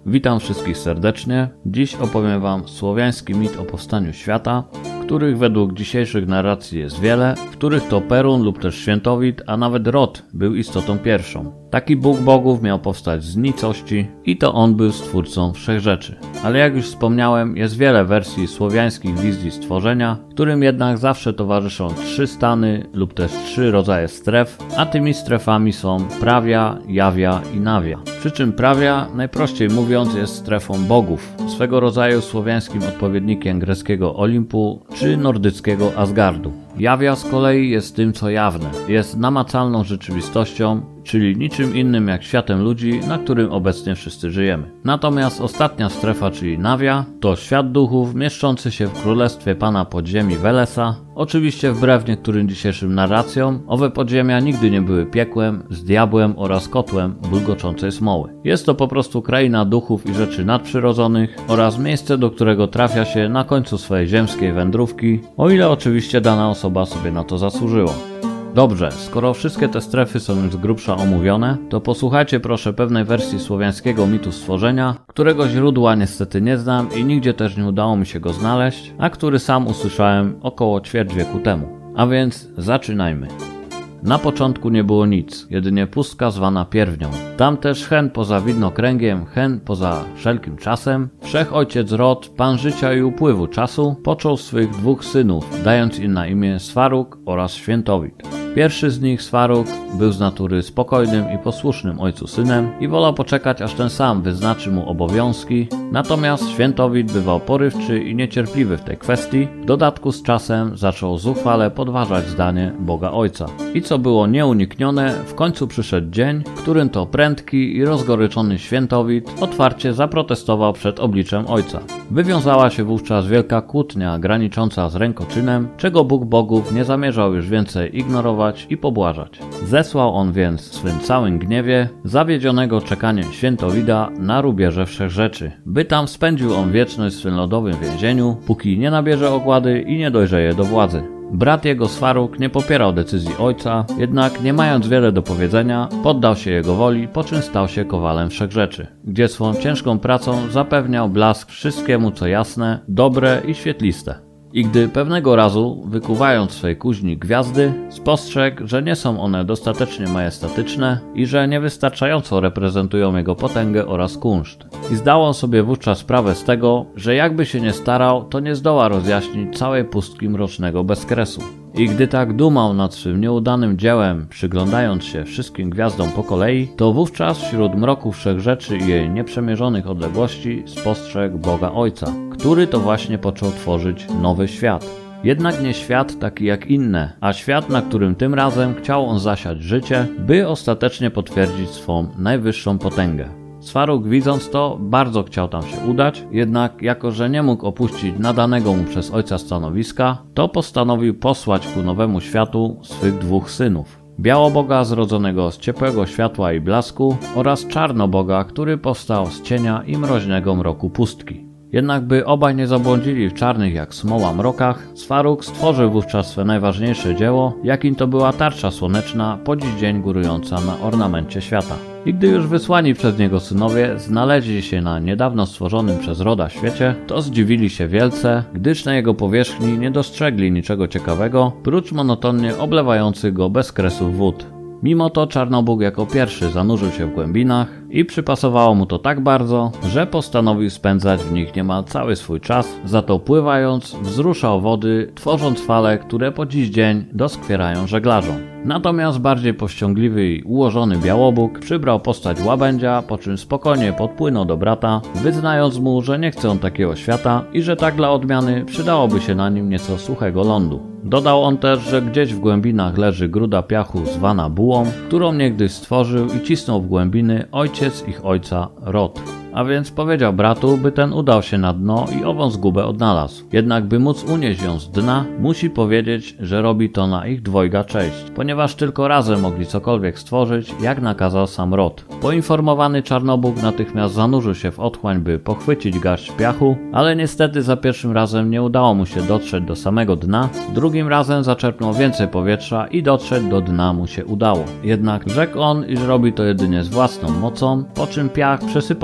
Witam wszystkich serdecznie. Dziś opowiem Wam słowiański mit o powstaniu świata, których według dzisiejszych narracji jest wiele, w których to Perun lub też Świętowit, a nawet Rod był istotą pierwszą. Taki Bóg bogów miał powstać z nicości i to on był stwórcą wszechrzeczy. Ale jak już wspomniałem, jest wiele wersji słowiańskich wizji stworzenia, którym jednak zawsze towarzyszą 3 stany lub też 3 rodzaje stref, a tymi strefami są Prawia, Jawia i Nawia. Przy czym Prawia, najprościej mówiąc, jest strefą bogów, swego rodzaju słowiańskim odpowiednikiem greckiego Olimpu czy nordyckiego Asgardu. Jawia z kolei jest tym, co jawne, jest namacalną rzeczywistością, czyli niczym innym jak światem ludzi, na którym obecnie wszyscy żyjemy. Natomiast ostatnia strefa, czyli Nawia, to świat duchów mieszczący się w królestwie pana podziemi Velesa. Oczywiście wbrew niektórym dzisiejszym narracjom, owe podziemia nigdy nie były piekłem, z diabłem oraz kotłem bulgoczącej smoły. Jest to po prostu kraina duchów i rzeczy nadprzyrodzonych oraz miejsce, do którego trafia się na końcu swojej ziemskiej wędrówki, o ile oczywiście dana osoba sobie na to zasłużyła. Dobrze, skoro wszystkie te strefy są już z grubsza omówione, to posłuchajcie proszę pewnej wersji słowiańskiego mitu stworzenia, którego źródła niestety nie znam i nigdzie też nie udało mi się go znaleźć, a który sam usłyszałem około ćwierć wieku temu. A więc zaczynajmy. Na początku nie było nic, jedynie pustka zwana pierwnią. Tam też hen poza widnokręgiem, hen poza wszelkim czasem, wszechojciec Rod, pan życia i upływu czasu, począł swych 2 synów, dając im na imię Svarug oraz Świętowit. Pierwszy z nich, Svarug, był z natury spokojnym i posłusznym ojcu synem i wolał poczekać, aż ten sam wyznaczy mu obowiązki, natomiast Świętowit bywał porywczy i niecierpliwy w tej kwestii, w dodatku z czasem zaczął zuchwale podważać zdanie Boga Ojca. I co było nieuniknione, w końcu przyszedł dzień, w którym to prędki i rozgoryczony Świętowit otwarcie zaprotestował przed obliczem Ojca. Wywiązała się wówczas wielka kłótnia granicząca z rękoczynem, czego Bóg bogów nie zamierzał już więcej ignorować i pobłażać. Zesłał on więc w swym całym gniewie zawiedzionego czekaniem Świętowida na rubieże wszechrzeczy, by tam spędził on wieczność w swym lodowym więzieniu, póki nie nabierze ogłady i nie dojrzeje do władzy. Brat jego Svarug nie popierał decyzji ojca, jednak nie mając wiele do powiedzenia, poddał się jego woli, po czym stał się kowalem wszechrzeczy, gdzie swą ciężką pracą zapewniał blask wszystkiemu co jasne, dobre i świetliste. I gdy pewnego razu, wykuwając w swej kuźni gwiazdy, spostrzegł, że nie są one dostatecznie majestatyczne i że niewystarczająco reprezentują jego potęgę oraz kunszt. I zdał on sobie wówczas sprawę z tego, że jakby się nie starał, to nie zdoła rozjaśnić całej pustki mrocznego bezkresu. I gdy tak dumał nad swym nieudanym dziełem, przyglądając się wszystkim gwiazdom po kolei, to wówczas wśród mroku wszechrzeczy i jej nieprzemierzonych odległości spostrzegł Boga Ojca, który to właśnie począł tworzyć nowy świat. Jednak nie świat taki jak inne, a świat, na którym tym razem chciał on zasiać życie, by ostatecznie potwierdzić swą najwyższą potęgę. Svarug, widząc to, bardzo chciał tam się udać, jednak jako że nie mógł opuścić nadanego mu przez ojca stanowiska, to postanowił posłać ku nowemu światu swych 2 synów. Białoboga zrodzonego z ciepłego światła i blasku oraz Czarnoboga, który powstał z cienia i mroźnego mroku pustki. Jednak by obaj nie zabłądzili w czarnych jak smoła mrokach, Svarug stworzył wówczas swe najważniejsze dzieło, jakim to była tarcza słoneczna, po dziś dzień górująca na ornamencie świata. I gdy już wysłani przez niego synowie znaleźli się na niedawno stworzonym przez Roda świecie, to zdziwili się wielce, gdyż na jego powierzchni nie dostrzegli niczego ciekawego, prócz monotonnie oblewających go bezkresów wód. Mimo to Czarnobóg jako pierwszy zanurzył się w głębinach i przypasowało mu to tak bardzo, że postanowił spędzać w nich niemal cały swój czas, za to pływając wzruszał wody, tworząc fale, które po dziś dzień doskwierają żeglarzom. Natomiast bardziej powściągliwy i ułożony Białobóg przybrał postać łabędzia, po czym spokojnie podpłynął do brata, wyznając mu, że nie chce on takiego świata i że tak dla odmiany przydałoby się na nim nieco suchego lądu. Dodał on też, że gdzieś w głębinach leży gruda piachu zwana bułą, którą niegdyś stworzył i cisnął w głębiny ojciec ich ojca Rod. A więc powiedział bratu, by ten udał się na dno i ową zgubę odnalazł. Jednak by móc unieść ją z dna, musi powiedzieć, że robi to na ich dwojga cześć, ponieważ tylko razem mogli cokolwiek stworzyć, jak nakazał sam Rod. Poinformowany Czarnobóg natychmiast zanurzył się w otchłań, by pochwycić garść piachu, ale niestety za pierwszym razem nie udało mu się dotrzeć do samego dna, drugim razem zaczerpnął więcej powietrza i dotrzeć do dna mu się udało. Jednak rzekł on, iż robi to jedynie z własną mocą, po czym piach przesypał mu się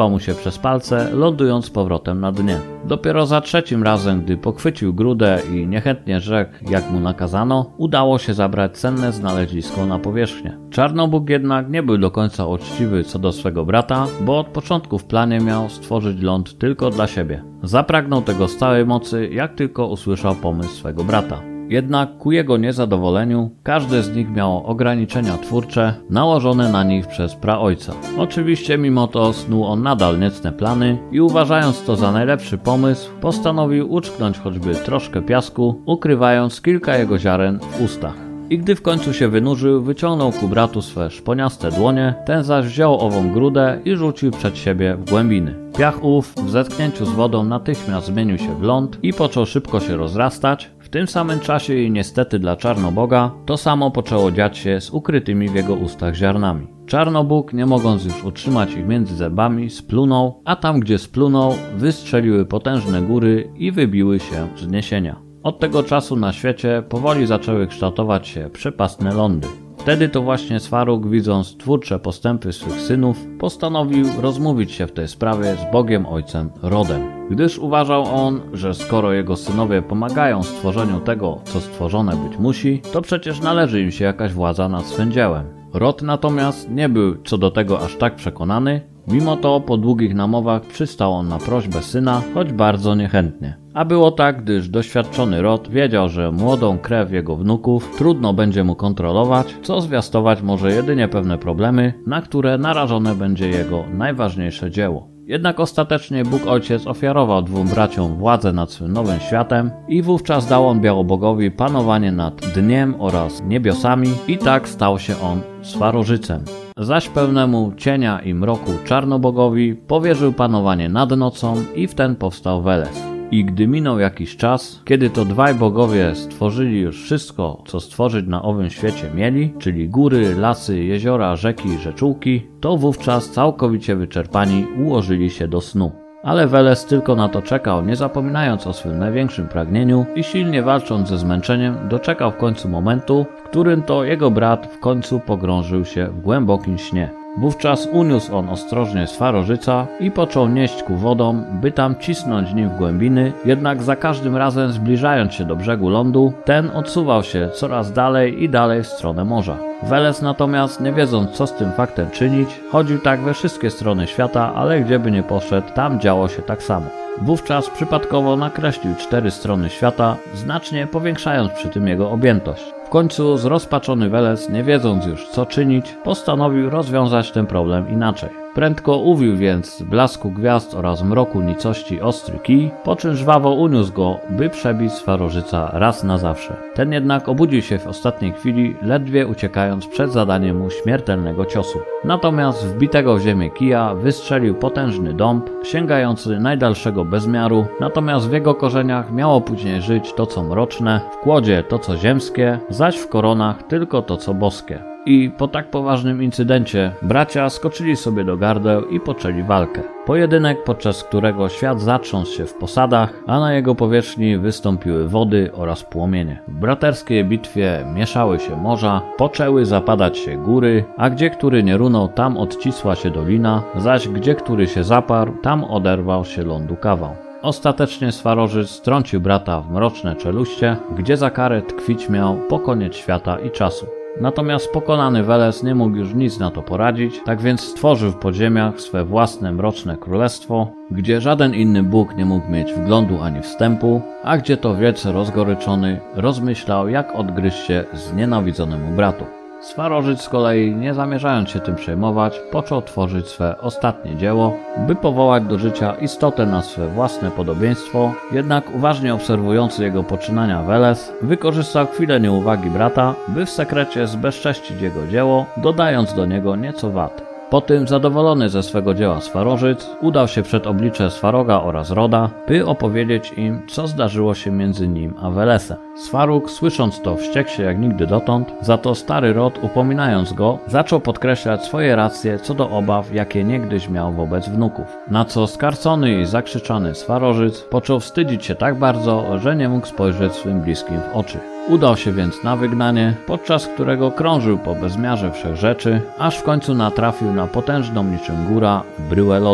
przez palce, lądując z powrotem na dnie. Dopiero za trzecim razem, gdy pochwycił grudę i niechętnie rzekł, jak mu nakazano, udało się zabrać cenne znalezisko na powierzchnię. Czarnobóg jednak nie był do końca uczciwy co do swego brata, bo od początku w planie miał stworzyć ląd tylko dla siebie. Zapragnął tego z całej mocy, jak tylko usłyszał pomysł swego brata. Jednak ku jego niezadowoleniu każde z nich miało ograniczenia twórcze nałożone na nich przez praojca. Oczywiście mimo to snuł on nadal niecne plany i uważając to za najlepszy pomysł, postanowił uczknąć choćby troszkę piasku, ukrywając kilka jego ziaren w ustach. I gdy w końcu się wynurzył, wyciągnął ku bratu swe szponiaste dłonie, ten zaś wziął ową grudę i rzucił przed siebie w głębiny. Piach ów w zetknięciu z wodą natychmiast zmienił się w ląd i począł szybko się rozrastać. W tym samym czasie i niestety dla Czarnoboga to samo poczęło dziać się z ukrytymi w jego ustach ziarnami. Czarnobóg, nie mogąc już utrzymać ich między zębami, splunął, a tam gdzie splunął, wystrzeliły potężne góry i wybiły się z wzniesienia. Od tego czasu na świecie powoli zaczęły kształtować się przepastne lądy. Wtedy to właśnie Sfarug, widząc twórcze postępy swych synów, postanowił rozmówić się w tej sprawie z Bogiem Ojcem Rodem. Gdyż uważał on, że skoro jego synowie pomagają w stworzeniu tego, co stworzone być musi, to przecież należy im się jakaś władza nad swym dziełem. Rod natomiast nie był co do tego aż tak przekonany, mimo to po długich namowach przystał on na prośbę syna, choć bardzo niechętnie. A było tak, gdyż doświadczony Rod wiedział, że młodą krew jego wnuków trudno będzie mu kontrolować, co zwiastować może jedynie pewne problemy, na które narażone będzie jego najważniejsze dzieło. Jednak ostatecznie Bóg Ojciec ofiarował dwóm braciom władzę nad swym nowym światem i wówczas dał on Białobogowi panowanie nad dniem oraz niebiosami i tak stał się on Swarożycem. Zaś pełnemu cienia i mroku Czarnobogowi powierzył panowanie nad nocą i w ten powstał Weles. I gdy minął jakiś czas, kiedy to dwaj bogowie stworzyli już wszystko, co stworzyć na owym świecie mieli, czyli góry, lasy, jeziora, rzeki i rzeczółki, to wówczas całkowicie wyczerpani ułożyli się do snu. Ale Weles tylko na to czekał, nie zapominając o swym największym pragnieniu i silnie walcząc ze zmęczeniem, doczekał w końcu momentu, w którym to jego brat w końcu pogrążył się w głębokim śnie. Wówczas uniósł on ostrożnie Swarożyca i począł nieść ku wodom, by tam cisnąć nim w głębiny, jednak za każdym razem zbliżając się do brzegu lądu, ten odsuwał się coraz dalej i dalej w stronę morza. Weles natomiast, nie wiedząc co z tym faktem czynić, chodził tak we wszystkie strony świata, ale gdzieby nie poszedł, tam działo się tak samo. Wówczas przypadkowo nakreślił 4 strony świata, znacznie powiększając przy tym jego objętość. W końcu zrozpaczony Weles, nie wiedząc już co czynić, postanowił rozwiązać ten problem inaczej. Prędko uwił więc z blasku gwiazd oraz mroku nicości ostry kij, po czym żwawo uniósł go, by przebić Swarożyca raz na zawsze. Ten jednak obudził się w ostatniej chwili, ledwie uciekając przed zadaniem mu śmiertelnego ciosu. Natomiast wbitego w ziemię kija wystrzelił potężny dąb, sięgający najdalszego bezmiaru, natomiast w jego korzeniach miało później żyć to co mroczne, w kłodzie to co ziemskie, zaś w koronach tylko to co boskie. I po tak poważnym incydencie bracia skoczyli sobie do gardeł i poczęli walkę. Pojedynek, podczas którego świat zatrząsł się w posadach, a na jego powierzchni wystąpiły wody oraz płomienie. W braterskiej bitwie mieszały się morza, poczęły zapadać się góry, a gdzie który nie runął, tam odcisła się dolina, zaś gdzie który się zaparł, tam oderwał się lądu kawał. Ostatecznie Swarożyc strącił brata w mroczne czeluście, gdzie za karę tkwić miał po koniec świata i czasu. Natomiast pokonany Weles nie mógł już nic na to poradzić, tak więc stworzył w podziemiach swe własne mroczne królestwo, gdzie żaden inny Bóg nie mógł mieć wglądu ani wstępu, a gdzie to wielce rozgoryczony rozmyślał, jak odgryźć się znienawidzonemu bratu. Swarożyc z kolei, nie zamierzając się tym przejmować, począł tworzyć swe ostatnie dzieło, by powołać do życia istotę na swe własne podobieństwo, jednak uważnie obserwujący jego poczynania Weles wykorzystał chwilę nieuwagi brata, by w sekrecie zbezcześcić jego dzieło, dodając do niego nieco wad. Po tym zadowolony ze swego dzieła Swarożyc udał się przed oblicze Swaroga oraz Roda, by opowiedzieć im, co zdarzyło się między nim a Welesem. Sfarug, słysząc to, wściekł się jak nigdy dotąd, za to stary Rod, upominając go, zaczął podkreślać swoje racje co do obaw, jakie niegdyś miał wobec wnuków. Na co skarcony i zakrzyczany Swarożyc począł wstydzić się tak bardzo, że nie mógł spojrzeć swym bliskim w oczy. Udał się więc na wygnanie, podczas którego krążył po bezmiarze wszechrzeczy, aż w końcu natrafił na potężną niczym góra bryłę lodu.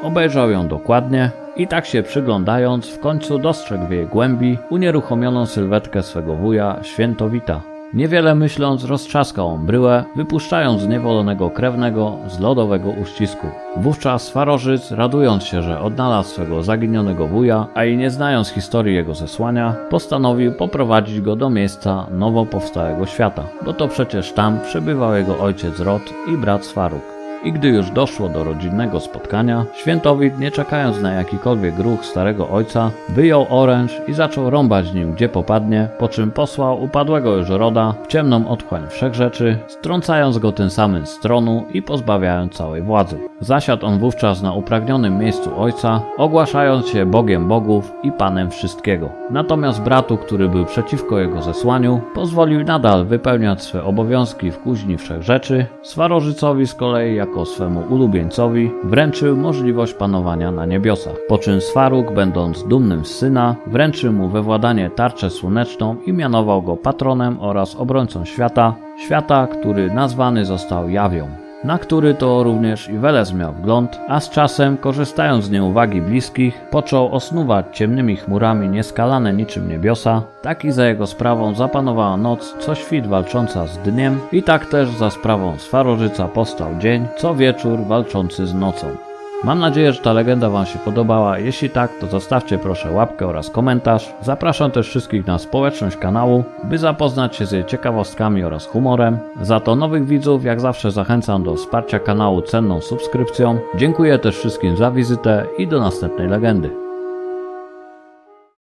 Obejrzał ją dokładnie i tak się przyglądając, w końcu dostrzegł w jej głębi unieruchomioną sylwetkę swego wuja, Świętowita. Niewiele myśląc, roztrzaskał on bryłę, wypuszczając zniewolonego krewnego z lodowego uścisku. Wówczas Swarożyc, radując się, że odnalazł swego zaginionego wuja, a i nie znając historii jego zesłania, postanowił poprowadzić go do miejsca nowo powstałego świata, bo to przecież tam przebywał jego ojciec Rod i brat Swarug. I gdy już doszło do rodzinnego spotkania, Świętowit, nie czekając na jakikolwiek ruch starego ojca, wyjął oręż i zaczął rąbać nim gdzie popadnie, po czym posłał upadłego już Roda w ciemną otchłań wszechrzeczy, strącając go tym samym z tronu i pozbawiając całej władzy. Zasiadł on wówczas na upragnionym miejscu ojca, ogłaszając się Bogiem bogów i Panem wszystkiego. Natomiast bratu, który był przeciwko jego zesłaniu, pozwolił nadal wypełniać swe obowiązki w kuźni wszechrzeczy. Swarożycowi z kolei jako swemu ulubieńcowi wręczył możliwość panowania na niebiosach, po czym Swarug, będąc dumnym z syna, wręczył mu we władanie tarczę słoneczną i mianował go patronem oraz obrońcą świata, który nazwany został Jawią, na który to również i Welez miał wgląd, a z czasem, korzystając z nieuwagi bliskich, począł osnuwać ciemnymi chmurami nieskalane niczym niebiosa, tak i za jego sprawą zapanowała noc, co świt walcząca z dniem, i tak też za sprawą Swarożyca powstał dzień, co wieczór walczący z nocą. Mam nadzieję, że ta legenda Wam się podobała. Jeśli tak, to zostawcie proszę łapkę oraz komentarz. Zapraszam też wszystkich na społeczność kanału, by zapoznać się z jej ciekawostkami oraz humorem. Za to nowych widzów jak zawsze zachęcam do wsparcia kanału cenną subskrypcją. Dziękuję też wszystkim za wizytę i do następnej legendy.